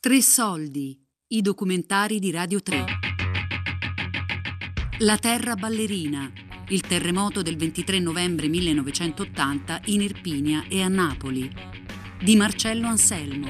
Tre soldi, i documentari di Radio 3. La terra ballerina, il terremoto del 23 novembre 1980 in Irpinia e a Napoli, di Marcello Anselmo.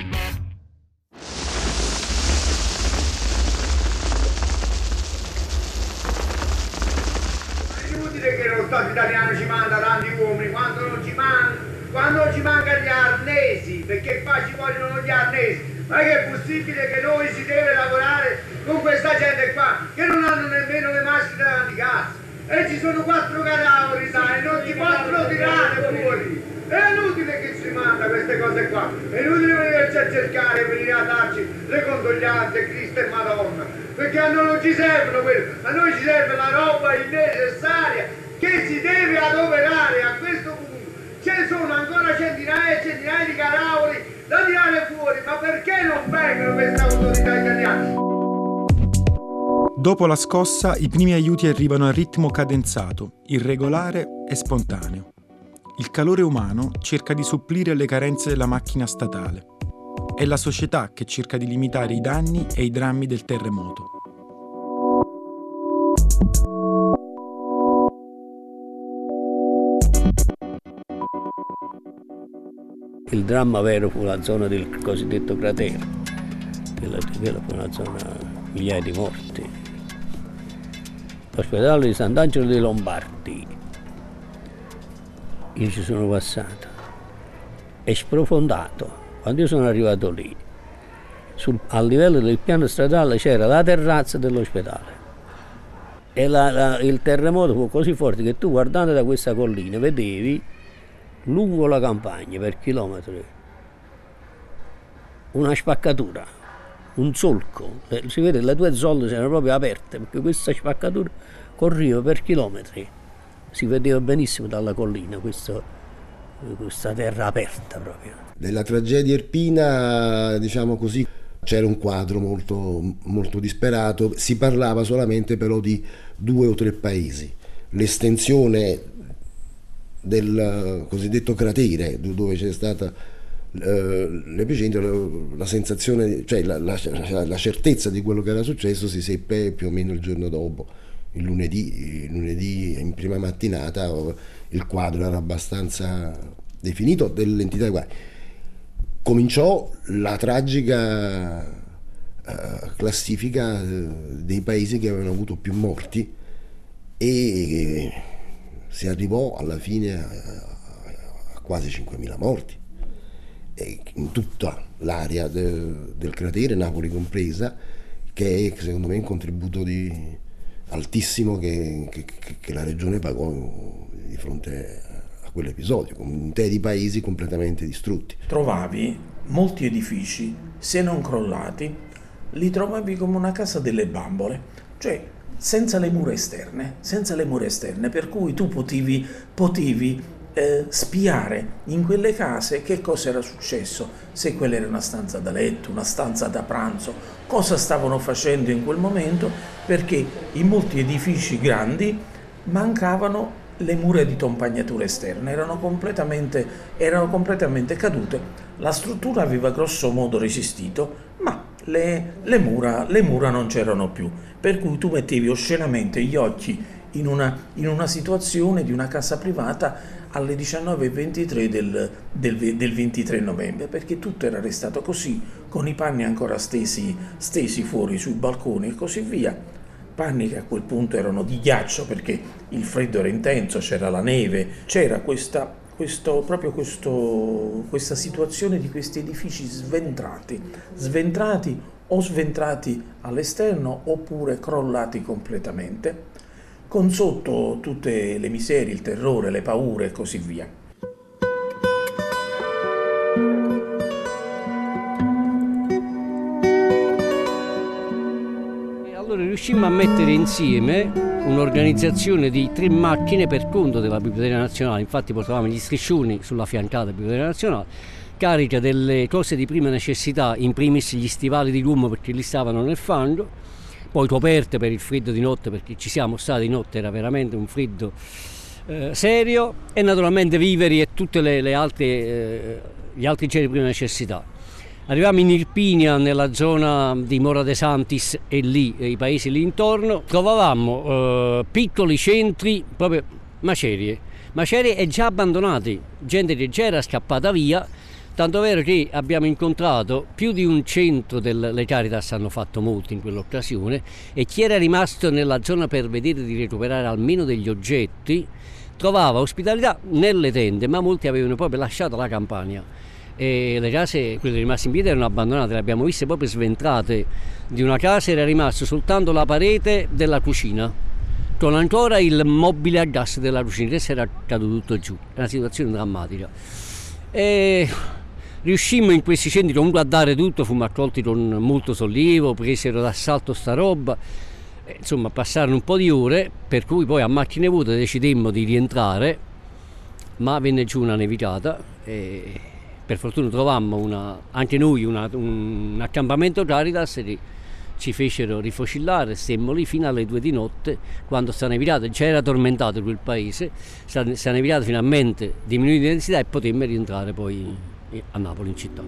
È inutile che lo Stato italiano ci manda tanti uomini quando non ci manca gli arnesi, perché qua ci vogliono gli arnesi. Ma che è possibile che noi si deve lavorare con questa gente qua che non hanno nemmeno le maschere davanti a casa? E ci sono 4 cadaveri, sai, non ti possono tirare fuori. È inutile che ci manda queste cose qua. È inutile venirci a cercare, venire a darci le condoglianze, Cristo e Madonna. Perché a noi non ci servono quello, a noi ci serve la roba necessaria che si deve adoperare a questo punto. Ce ne sono ancora centinaia e centinaia di cadaveri da tirare fuori, ma perché non vengono queste autorità italiane? Dopo la scossa, i primi aiuti arrivano a ritmo cadenzato, irregolare e spontaneo. Il calore umano cerca di supplire le carenze della macchina statale. È la società che cerca di limitare i danni e i drammi del terremoto. Il dramma vero fu la zona del cosiddetto cratere, quella fu una zona, migliaia di morti. L'ospedale di Sant'Angelo dei Lombardi, io ci sono passato, è sprofondato. Quando io sono arrivato lì, a livello del piano stradale c'era la terrazza dell'ospedale e il terremoto fu così forte che tu, guardando da questa collina, vedevi lungo la campagna per chilometri una spaccatura, un solco, si vede le 2 zolle erano proprio aperte perché questa spaccatura correva per chilometri, si vedeva benissimo dalla collina questa terra aperta proprio. Della tragedia irpina, diciamo così, c'era un quadro molto, molto disperato, si parlava solamente però di 2 o 3 paesi. L'estensione del cosiddetto cratere dove c'è stata l'epicentro, la sensazione, cioè la certezza di quello che era successo si seppe più o meno il giorno dopo, il lunedì in prima mattinata il quadro era abbastanza definito dell'entità di guai. Cominciò la tragica classifica dei paesi che avevano avuto più morti e si arrivò alla fine a quasi 5.000 morti in tutta l'area del cratere, Napoli compresa, che è secondo me un contributo altissimo che la regione pagò di fronte a quell'episodio, con interi paesi completamente distrutti. Trovavi molti edifici, se non crollati, li trovavi come una casa delle bambole, cioè senza le mura esterne, per cui tu potevi spiare in quelle case che cosa era successo, se quella era una stanza da letto, una stanza da pranzo, cosa stavano facendo in quel momento, perché in molti edifici grandi mancavano le mura di compagnatura esterna, erano completamente cadute. La struttura aveva grosso modo resistito, ma le mura non c'erano più, per cui tu mettevi oscenamente gli occhi in una situazione di una casa privata alle 19:23 del 23 novembre, perché tutto era restato così, con i panni ancora stesi fuori sui balconi e così via. Panni che a quel punto erano di ghiaccio perché il freddo era intenso, c'era la neve, c'era questa situazione di questi edifici sventrati o sventrati all'esterno oppure crollati completamente, con sotto tutte le miserie, il terrore, le paure e così via. Allora riuscimmo a mettere insieme un'organizzazione di 3 macchine per conto della Biblioteca Nazionale, infatti portavamo gli striscioni sulla fiancata della Biblioteca Nazionale, carica delle cose di prima necessità, in primis gli stivali di gomma perché li stavano nel fango, poi coperte per il freddo di notte perché ci siamo stati di notte, era veramente un freddo serio, e naturalmente viveri e tutte gli altri generi di prima necessità. Arriviamo in Irpinia, nella zona di Mora de Santis e lì, i paesi lì intorno, trovavamo piccoli centri, proprio macerie e già abbandonati, gente che già era scappata via, tanto vero che abbiamo incontrato più di un centro, le Caritas hanno fatto molto in quell'occasione, e chi era rimasto nella zona per vedere di recuperare almeno degli oggetti trovava ospitalità nelle tende, ma molti avevano proprio lasciato la campagna. E le case, quelle rimaste in piedi, erano abbandonate, le abbiamo viste proprio sventrate. Di una casa era rimasto soltanto la parete della cucina, con ancora il mobile a gas della cucina, che si era caduto tutto giù. È una situazione drammatica. E riuscimmo in questi centri comunque a dare tutto, fummo accolti con molto sollievo, presero d'assalto sta roba. Insomma, passarono un po' di ore, per cui poi a macchine vuote decidemmo di rientrare, ma venne giù una nevicata e per fortuna trovammo anche noi un accampamento Caritas che ci fecero rifocillare, stemmo lì fino alle 2 di notte, quando sta nevicata, già era tormentato quel paese, sta nevicata finalmente diminuì di densità e potemmo rientrare poi a Napoli in città.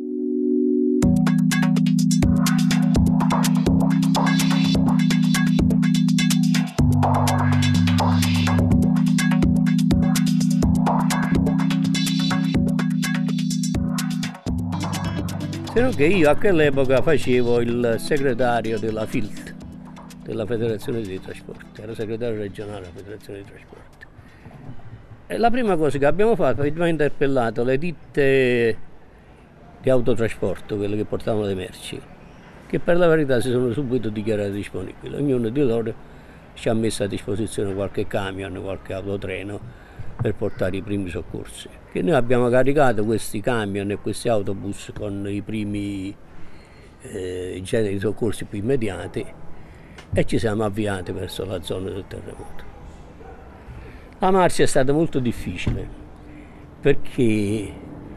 Se non che io a quell'epoca facevo il segretario della FILT, della Federazione dei Trasporti, ero segretario regionale della Federazione dei Trasporti. E la prima cosa che abbiamo fatto, abbiamo interpellato le ditte di autotrasporto, quelle che portavano le merci, che per la verità si sono subito dichiarate disponibili. Ognuno di loro ci ha messo a disposizione qualche camion, qualche autotreno per portare i primi soccorsi. Che noi abbiamo caricato questi camion e questi autobus con i primi generi di soccorsi più immediati e ci siamo avviati verso la zona del terremoto. La marcia è stata molto difficile perché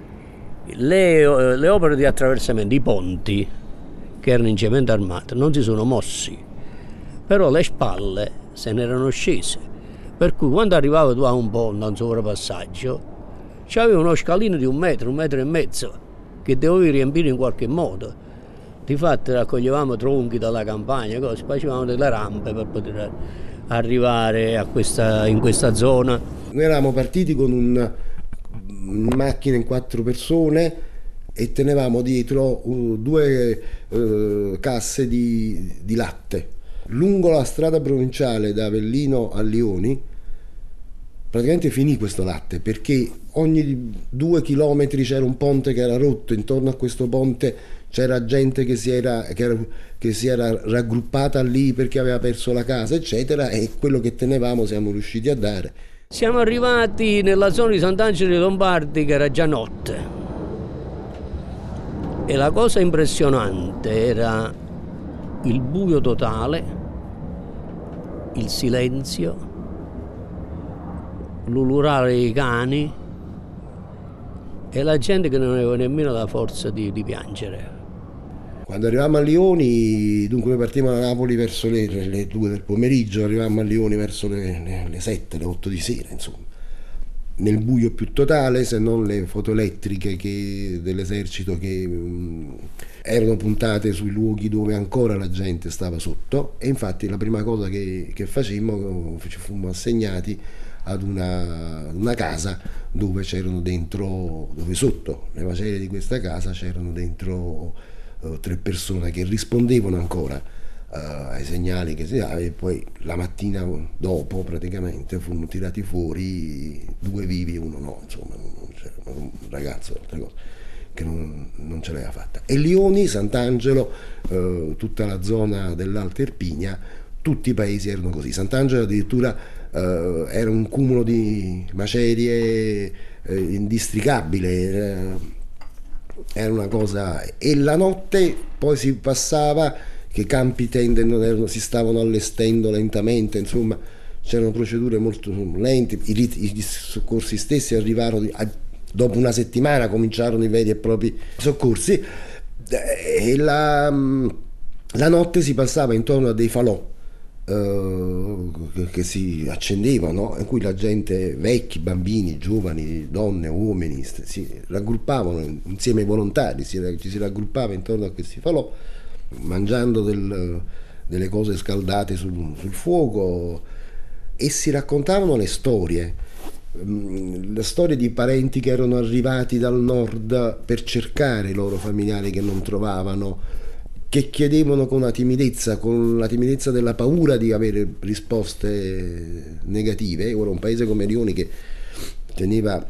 le opere di attraversamento, i ponti che erano in cemento armato non si sono mossi, però le spalle se ne erano scese, per cui quando arrivava tu a un ponte, a un sovrapassaggio, c'aveva uno scalino di 1 metro, 1,5 metri che dovevi riempire in qualche modo. Difatti raccoglievamo tronchi dalla campagna, così, facevamo delle rampe per poter arrivare in questa zona. Noi eravamo partiti con una macchina in 4 persone e tenevamo dietro 2 casse di latte. Lungo la strada provinciale da Avellino a Lioni praticamente finì questo latte, perché ogni 2 chilometri c'era un ponte che era rotto, intorno a questo ponte c'era gente che si era raggruppata lì perché aveva perso la casa, eccetera, e quello che tenevamo siamo riusciti a dare. Siamo arrivati nella zona di Sant'Angelo dei Lombardi, che era già notte, e la cosa impressionante era il buio totale, il silenzio, l'ululare dei cani e la gente che non aveva nemmeno la forza di piangere. Quando arrivavamo a Lioni, dunque noi partimmo da Napoli verso le 2 del pomeriggio, arrivavamo a Lioni verso le 7, le 8 di sera, insomma. Nel buio più totale, se non le fotoelettriche dell'esercito che erano puntate sui luoghi dove ancora la gente stava sotto, e infatti la prima cosa che facemmo, ci fummo assegnati ad una casa dove c'erano dentro, dove sotto le macerie di questa casa c'erano dentro 3 persone che rispondevano ancora ai segnali che si dava, e poi la mattina dopo praticamente furono tirati fuori 2 vivi e 1 no, insomma c'era un ragazzo, altre cose, che non ce l'aveva fatta. E Lioni, Sant'Angelo, tutta la zona dell'Alta Irpinia, tutti i paesi erano così. Sant'Angelo addirittura era un cumulo di macerie indistricabile, era una cosa. E la notte poi si passava che campi tende si stavano allestendo lentamente, insomma c'erano procedure molto lente, i soccorsi stessi arrivarono dopo 1 settimana, cominciarono i veri e propri soccorsi, e la notte si passava intorno a dei falò che si accendevano, in cui la gente, vecchi, bambini, giovani, donne, uomini, si raggruppavano insieme ai volontari, ci si raggruppava intorno a questi falò, mangiando delle cose scaldate sul fuoco, e si raccontavano le storie di parenti che erano arrivati dal nord per cercare i loro familiari che non trovavano, che chiedevano con la timidezza della paura di avere risposte negative. Ora un paese come Lioni, che teneva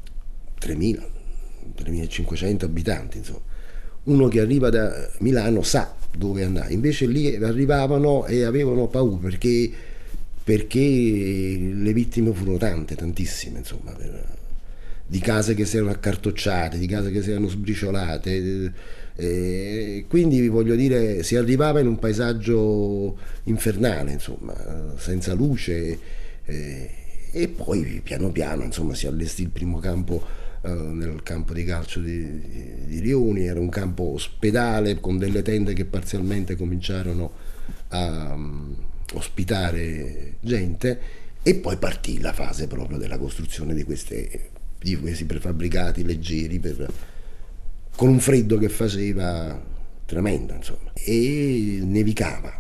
3.500 abitanti, insomma, uno che arriva da Milano sa dove andare, invece lì arrivavano e avevano paura perché le vittime furono tantissime, insomma, di case che si erano accartocciate, di case che si erano sbriciolate. Quindi voglio dire, si arrivava in un paesaggio infernale, insomma, senza luce, e poi piano piano, insomma, si allestì il primo campo nel campo di calcio di Lioni. Era un campo ospedale con delle tende che parzialmente cominciarono a ospitare gente, e poi partì la fase proprio della costruzione di questi prefabbricati leggeri con un freddo che faceva tremendo, insomma, e nevicava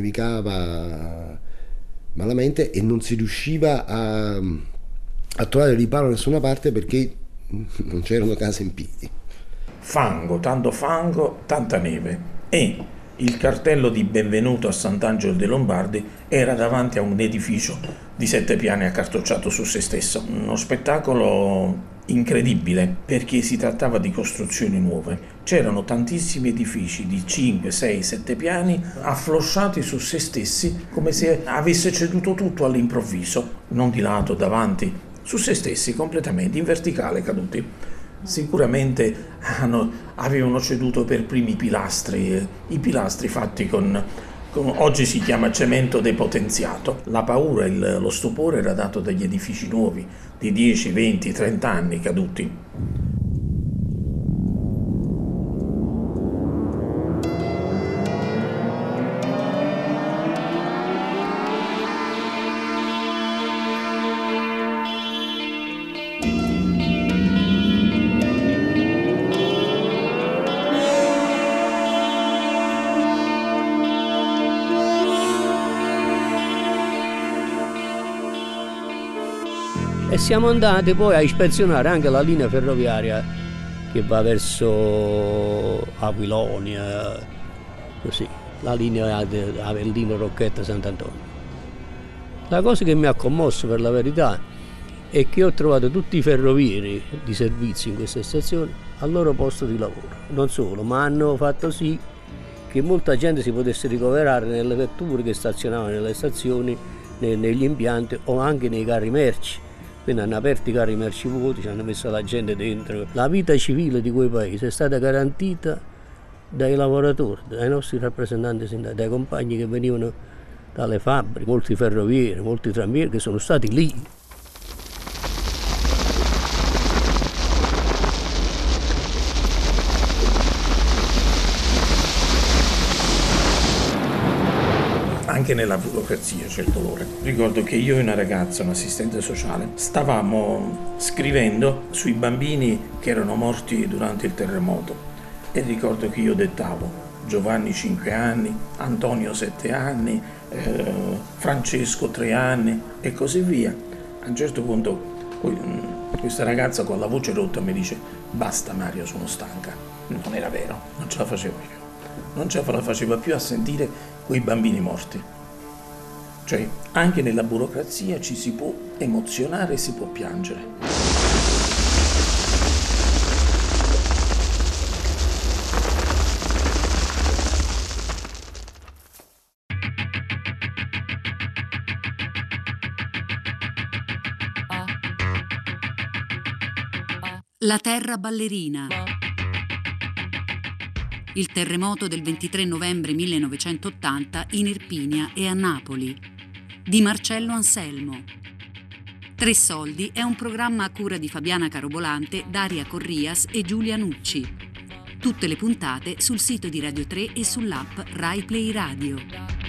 malamente, e non si riusciva a trovare riparo da nessuna parte perché non c'erano case in piedi. Fango, tanta neve, e il cartello di benvenuto a Sant'Angelo dei Lombardi era davanti a un edificio di 7 piani accartocciato su se stesso. Uno spettacolo incredibile, perché si trattava di costruzioni nuove. C'erano tantissimi edifici di 5, 6, 7 piani afflosciati su se stessi, come se avesse ceduto tutto all'improvviso, non di lato, davanti, su se stessi completamente, in verticale caduti. Sicuramente avevano ceduto per primi i pilastri fatti con oggi si chiama cemento depotenziato. La paura e lo stupore era dato dagli edifici nuovi di 10, 20, 30 anni caduti. E siamo andati poi a ispezionare anche la linea ferroviaria che va verso Aquilonia, così, la linea Avellino, Rocchetta, Sant'Antonio. La cosa che mi ha commosso, per la verità, è che ho trovato tutti i ferrovieri di servizio in questa stazione al loro posto di lavoro. Non solo, ma hanno fatto sì che molta gente si potesse ricoverare nelle vetture che stazionavano nelle stazioni, negli impianti o anche nei carri merci. Quindi hanno aperto i carri merci vuoti, ci hanno messo la gente dentro. La vita civile di quei paesi è stata garantita dai lavoratori, dai nostri rappresentanti sindacali, dai compagni che venivano dalle fabbriche, molti ferrovieri, molti tramvieri che sono stati lì. Anche nella burocrazia c'è il dolore. Ricordo che io e una ragazza, un assistente sociale, stavamo scrivendo sui bambini che erano morti durante il terremoto, e ricordo che io dettavo Giovanni 5 anni, Antonio 7 anni, Francesco 3 anni e così via. A un certo punto questa ragazza con la voce rotta mi dice: basta Mario, sono stanca. Non era vero, non ce la facevo più. Non ce la faceva più a sentire quei bambini morti. Cioè, anche nella burocrazia ci si può emozionare e si può piangere. La terra ballerina. Il terremoto del 23 novembre 1980 in Irpinia e a Napoli, di Marcello Anselmo. Tre soldi è un programma a cura di Fabiana Carobolante, Daria Corrias e Giulia Nucci. Tutte le puntate sul sito di Radio 3 e sull'app Rai Play Radio.